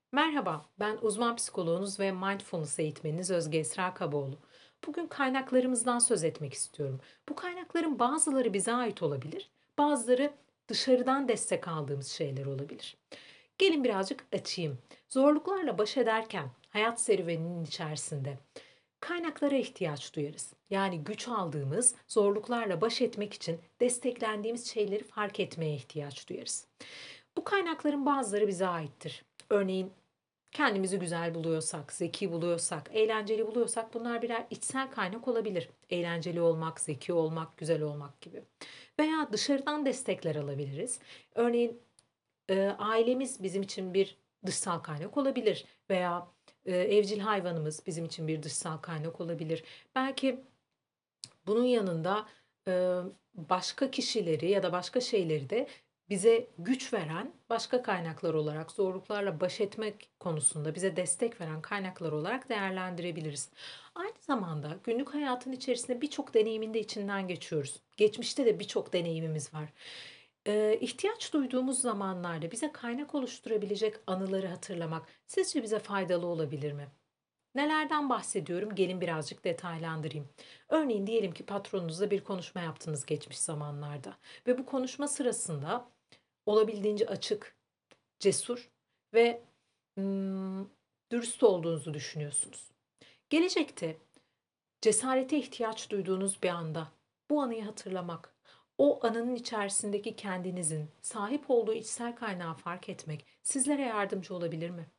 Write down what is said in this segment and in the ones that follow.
Merhaba, ben uzman psikoloğunuz ve mindfulness eğitmeniniz Özge Esra Kaboğlu. Bugün kaynaklarımızdan söz etmek istiyorum. Bu kaynakların bazıları bize ait olabilir, bazıları dışarıdan destek aldığımız şeyler olabilir. Gelin birazcık açayım. Zorluklarla baş ederken hayat serüveninin içerisinde kaynaklara ihtiyaç duyarız. Yani güç aldığımız, zorluklarla baş etmek için desteklendiğimiz şeyleri fark etmeye ihtiyaç duyarız. Bu kaynakların bazıları bize aittir. Örneğin kendimizi güzel buluyorsak, zeki buluyorsak, eğlenceli buluyorsak bunlar birer içsel kaynak olabilir. Eğlenceli olmak, zeki olmak, güzel olmak gibi. Veya dışarıdan destekler alabiliriz. Örneğin ailemiz bizim için bir dışsal kaynak olabilir veya evcil hayvanımız bizim için bir dışsal kaynak olabilir. Belki bunun yanında, başka kişileri ya da başka şeyleri de bize güç veren başka kaynaklar olarak, zorluklarla baş etmek konusunda bize destek veren kaynaklar olarak değerlendirebiliriz. Aynı zamanda günlük hayatın içerisinde birçok deneyimin de içinden geçiyoruz. Geçmişte de birçok deneyimimiz var. İhtiyaç duyduğumuz zamanlarda bize kaynak oluşturabilecek anıları hatırlamak sizce bize faydalı olabilir mi? Nelerden bahsediyorum? Gelin birazcık detaylandırayım. Örneğin diyelim ki patronunuzla bir konuşma yaptınız geçmiş zamanlarda ve bu konuşma sırasında olabildiğince açık, cesur ve dürüst olduğunuzu düşünüyorsunuz. Gelecekte cesarete ihtiyaç duyduğunuz bir anda bu anıyı hatırlamak, o anının içerisindeki kendinizin sahip olduğu içsel kaynağı fark etmek sizlere yardımcı olabilir mi?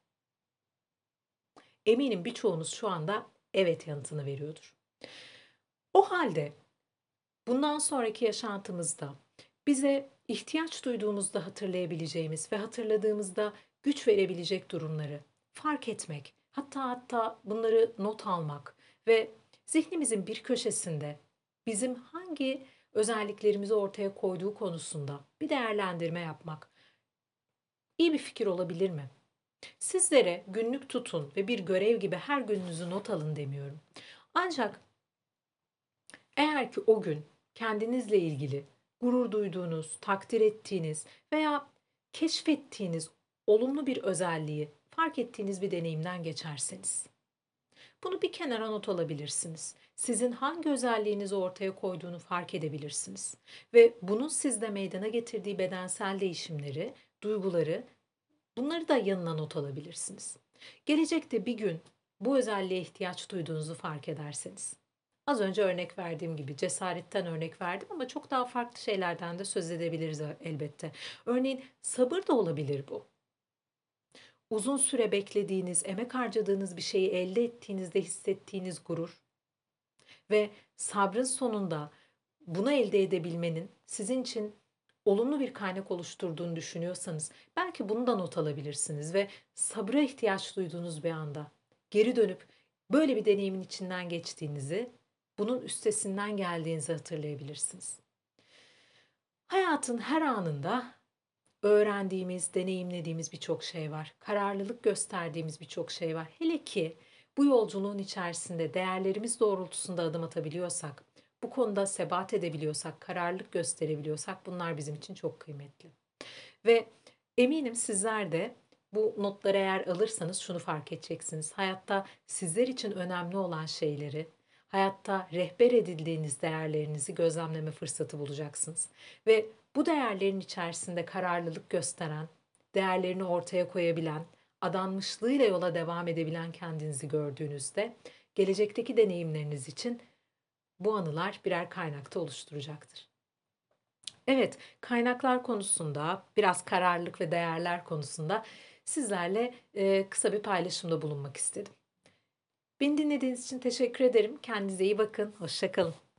Eminim birçoğunuz şu anda evet yanıtını veriyordur. O halde bundan sonraki yaşantımızda bize ihtiyaç duyduğumuzda hatırlayabileceğimiz ve hatırladığımızda güç verebilecek durumları fark etmek, hatta bunları not almak ve zihnimizin bir köşesinde bizim hangi özelliklerimizi ortaya koyduğu konusunda bir değerlendirme yapmak iyi bir fikir olabilir mi? Sizlere günlük tutun ve bir görev gibi her gününüzü not alın demiyorum. Ancak eğer ki o gün kendinizle ilgili gurur duyduğunuz, takdir ettiğiniz veya keşfettiğiniz olumlu bir özelliği fark ettiğiniz bir deneyimden geçerseniz, bunu bir kenara not alabilirsiniz. Sizin hangi özelliğinizi ortaya koyduğunu fark edebilirsiniz. Ve bunun sizde meydana getirdiği bedensel değişimleri, duyguları, bunları da yanına not alabilirsiniz. Gelecekte bir gün bu özelliğe ihtiyaç duyduğunuzu fark ederseniz. Az önce örnek verdiğim gibi cesaretten örnek verdim ama çok daha farklı şeylerden de söz edebiliriz elbette. Örneğin sabır da olabilir bu. Uzun süre beklediğiniz, emek harcadığınız bir şeyi elde ettiğinizde hissettiğiniz gurur ve sabrın sonunda bunu elde edebilmenin sizin için olumlu bir kaynak oluşturduğunu düşünüyorsanız belki bunu da not alabilirsiniz ve sabra ihtiyaç duyduğunuz bir anda geri dönüp böyle bir deneyimin içinden geçtiğinizi, bunun üstesinden geldiğinizi hatırlayabilirsiniz. Hayatın her anında öğrendiğimiz, deneyimlediğimiz birçok şey var. Kararlılık gösterdiğimiz birçok şey var. Hele ki bu yolculuğun içerisinde değerlerimiz doğrultusunda adım atabiliyorsak, bu konuda sebat edebiliyorsak, kararlılık gösterebiliyorsak bunlar bizim için çok kıymetli. Ve eminim sizler de bu notları eğer alırsanız şunu fark edeceksiniz. Hayatta sizler için önemli olan şeyleri, hayatta rehber edildiğiniz değerlerinizi gözlemleme fırsatı bulacaksınız. Ve bu değerlerin içerisinde kararlılık gösteren, değerlerini ortaya koyabilen, adanmışlığıyla yola devam edebilen kendinizi gördüğünüzde gelecekteki deneyimleriniz için bu anılar birer kaynakta oluşturacaktır. Evet, kaynaklar konusunda, biraz kararlılık ve değerler konusunda sizlerle, kısa bir paylaşımda bulunmak istedim. Beni dinlediğiniz için teşekkür ederim. Kendinize iyi bakın. Hoşça kalın.